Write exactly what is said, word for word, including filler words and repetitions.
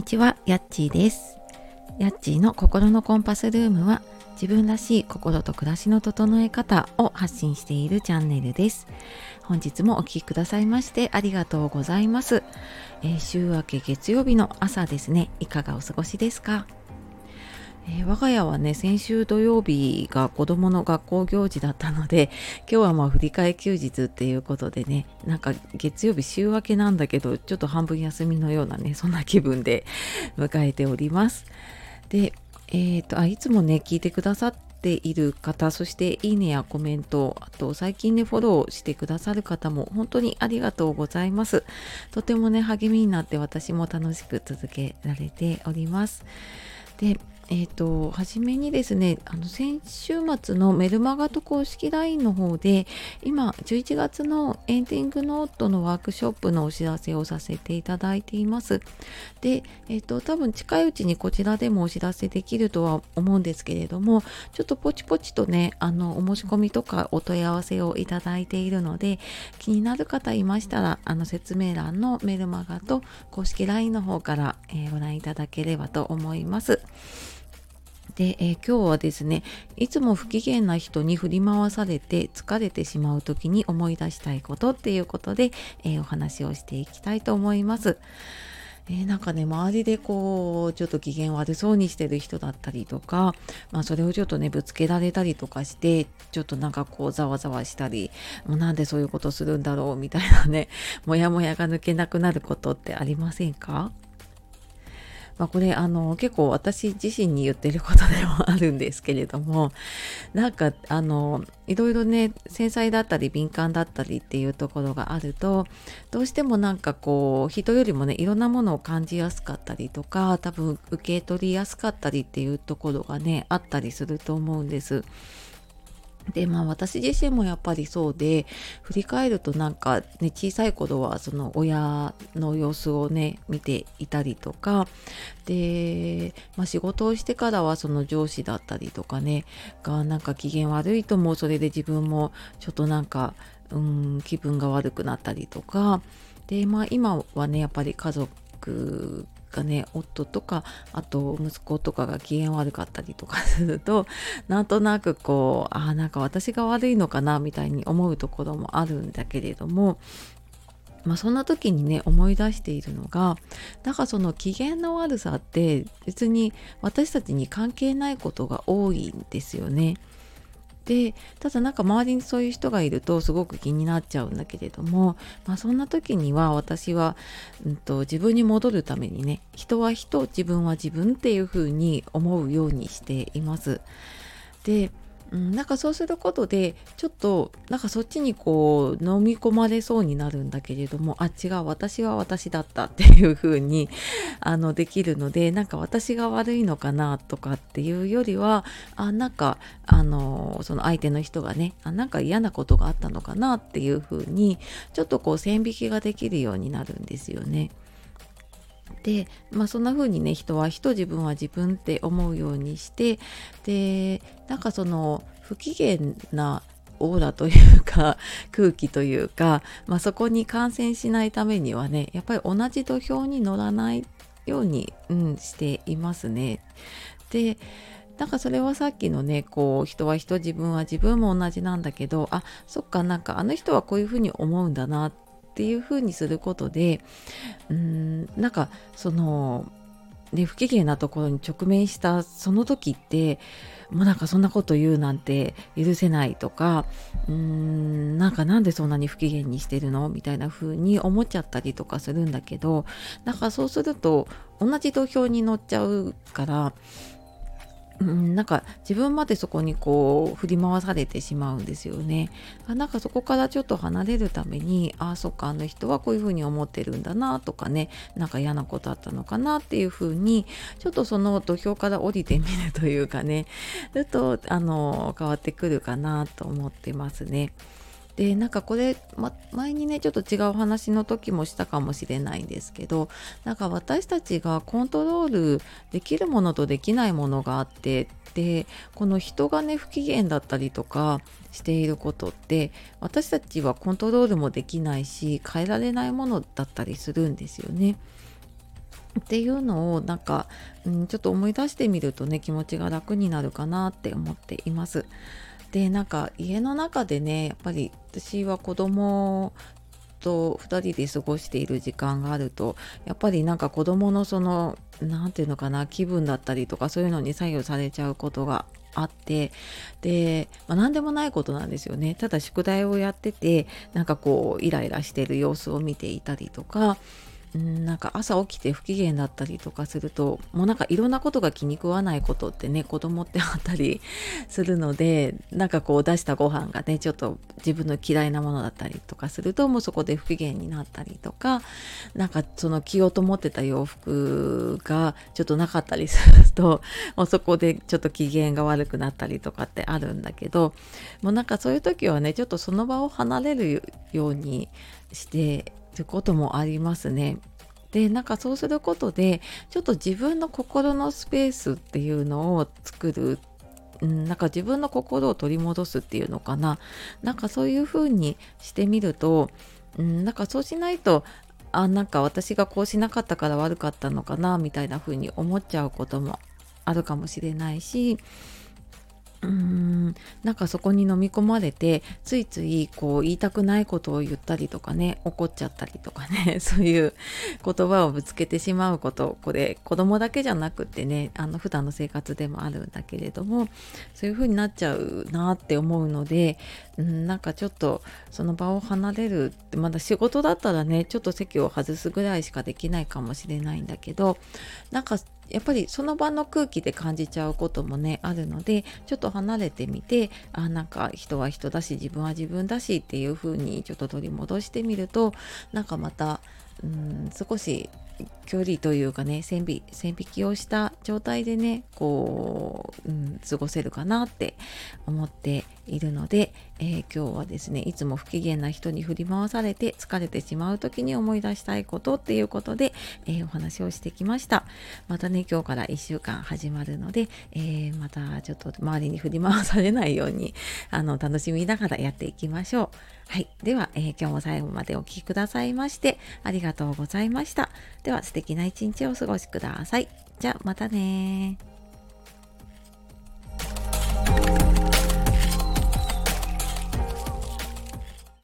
ちは、やっちーです。やっちーの心のコンパスルームは、自分らしい心と暮らしの整え方を発信しているチャンネルです。本日もお聞きくださいましてありがとうございます。えー、週明け月曜日の朝ですね、いかがお過ごしですか？えー我が家はね、先週土曜日が子供の学校行事だったので、今日はまあ振り替え休日っていうことでね、なんか月曜日週明けなんだけど、ちょっと半分休みのようなね、そんな気分で迎えております。で、えーと、あ、いつもね、聞いてくださっている方、そしていいねやコメント、あと最近ね、フォローしてくださる方も本当にありがとうございます。とてもね、励みになって私も楽しく続けられております。で、えっと、はじめにですね、あの、先週末のメルマガと公式 ライン の方で、今、じゅういちがつのエンディングノートのワークショップのお知らせをさせていただいています。で、えっと、多分近いうちにこちらでもお知らせできるとは思うんですけれども、ちょっとポチポチとね、あの、お申し込みとかお問い合わせをいただいているので、気になる方いましたら、あの、説明欄のメルマガと公式 ライン の方から、えーご覧いただければと思います。で、えー今日はですね、いつも不機嫌な人に振り回されて疲れてしまう時に思い出したいことっていうことで、えーお話をしていきたいと思います。えーなんかね、周りでこう、ちょっと機嫌悪そうにしてる人だったりとか、まあそれをちょっとね、ぶつけられたりとかして、ちょっとなんかこう、ざわざわしたり、もうなんでそういうことするんだろうみたいなね、もやもやが抜けなくなることってありませんか？まあ、これあの結構私自身に言ってることでもあるんですけれども、なんかあのいろいろね、繊細だったり敏感だったりっていうところがあると、どうしてもなんかこう人よりもね、いろんなものを感じやすかったりとか、多分受け取りやすかったりっていうところがね、あったりすると思うんです。で、まあ私自身もやっぱりそうで、振り返るとなんかね、小さい頃はその親の様子をね、見ていたりとか、で、まあ仕事をしてからはその上司だったりとかね、がなんか機嫌悪いともうそれで自分もちょっとなんか、うん、気分が悪くなったりとか、で、まあ今はね、やっぱり家族がね、夫とか、あと息子とかが機嫌悪かったりとかすると、なんとなくこう、ああ、なんか私が悪いのかなみたいに思うところもあるんだけれども、まあそんな時にね、思い出しているのが、なんかその機嫌の悪さって別に私たちに関係ないことが多いんですよね。で、ただなんか周りにそういう人がいるとすごく気になっちゃうんだけれども、まあそんな時には私は、うんと、自分に戻るためにね、人は人、自分は自分っていう風に思うようにしています。で、うん、なんかそうすることで、ちょっとなんかそっちにこう飲み込まれそうになるんだけれども、あ、違う、私は私だったっていう風にあのできるので、なんか私が悪いのかなとかっていうよりは、あ、なんかあのその相手の人がね、あ、なんか嫌なことがあったのかなっていう風に、ちょっとこう線引きができるようになるんですよね。で、まあそんな風にね、人は人、自分は自分って思うようにして、で、なんかその不機嫌なオーラというか空気というか、まあそこに感染しないためにはね、やっぱり同じ土俵に乗らないように、うん、していますね。で、なんかそれはさっきのね、こう人は人、自分は自分も同じなんだけど、あ、そっか、なんかあの人はこういう風に思うんだなっていう風にすることで、うーん、なんかその、ね、不機嫌なところに直面したその時って、もうなんかそんなこと言うなんて許せないとか、うーん、なんかなんでそんなに不機嫌にしてるのみたいな風に思っちゃったりとかするんだけど、なんかそうすると同じ土俵に乗っちゃうから、うん、なんか自分までそこにこう振り回されてしまうんですよね。あ、なんかそこからちょっと離れるために、あ、そっか、あの人はこういうふうに思ってるんだなとかね、なんか嫌なことあったのかなっていうふうに、ちょっとその土俵から降りてみるというかね、ちょっとあの変わってくるかなと思ってますね。で、なんかこれ、ま、前にね、ちょっと違う話の時もしたかもしれないんですけど、なんか私たちがコントロールできるものとできないものがあって、で、この人がね、不機嫌だったりとかしていることって、私たちはコントロールもできないし、変えられないものだったりするんですよね。 っていうのをなんか、うん、ちょっと思い出してみるとね、気持ちが楽になるかなって思っています。で、なんか家の中でね、やっぱり私は子供とふたりで過ごしている時間があると、やっぱりなんか子供のその、なんていうのかな、気分だったりとかそういうのに左右されちゃうことがあって、で、まあ、何でもないことなんですよね。ただ宿題をやってて、なんかこうイライラしてる様子を見ていたりとか、うん、なんか朝起きて不機嫌だったりとかすると、もうなんかいろんなことが気に食わないことってね、子供ってあったりするので、なんかこう出したご飯がね、ちょっと自分の嫌いなものだったりとかすると、もうそこで不機嫌になったりとか、なんかその着ようと思ってた洋服がちょっとなかったりすると、もうそこでちょっと機嫌が悪くなったりとかってあるんだけど、もうなんかそういう時はね、ちょっとその場を離れるようにしてることもありますね。で、なんかそうすることで、ちょっと自分の心のスペースっていうのを作る、うん、なんか自分の心を取り戻すっていうのかな。なんかそういう風にしてみると、うん、なんかそうしないと、あ、なんか私がこうしなかったから悪かったのかな、みたいな風に思っちゃうこともあるかもしれないし、うーん、なんかそこに飲み込まれて、ついついこう言いたくないことを言ったりとかね、怒っちゃったりとかね、そういう言葉をぶつけてしまうこと、これ子供だけじゃなくってね、あの普段の生活でもあるんだけれども、そういう風になっちゃうなって思うので、うん、なんかちょっとその場を離れるって、まだ仕事だったらね、ちょっと席を外すぐらいしかできないかもしれないんだけど、なんかやっぱりその場の空気で感じちゃうこともねあるので、ちょっと離れてみて、あ、なんか人は人だし自分は自分だしっていう風にちょっと取り戻してみると、なんかまた、うん、少し距離というかね、線引線引きをした状態でね、こう、うん、過ごせるかなって思っているので、えー今日はですね、いつも不機嫌な人に振り回されて疲れてしまう時に思い出したいことっていうことで、えーお話をしてきました。またね、今日からいっしゅうかん始まるので、えーまたちょっと周りに振り回されないように、あの、楽しみながらやっていきましょう。はい。では、えー今日も最後までお聞きくださいましてありがとうございました。では素敵な一日をお過ごしください。じゃあまたね。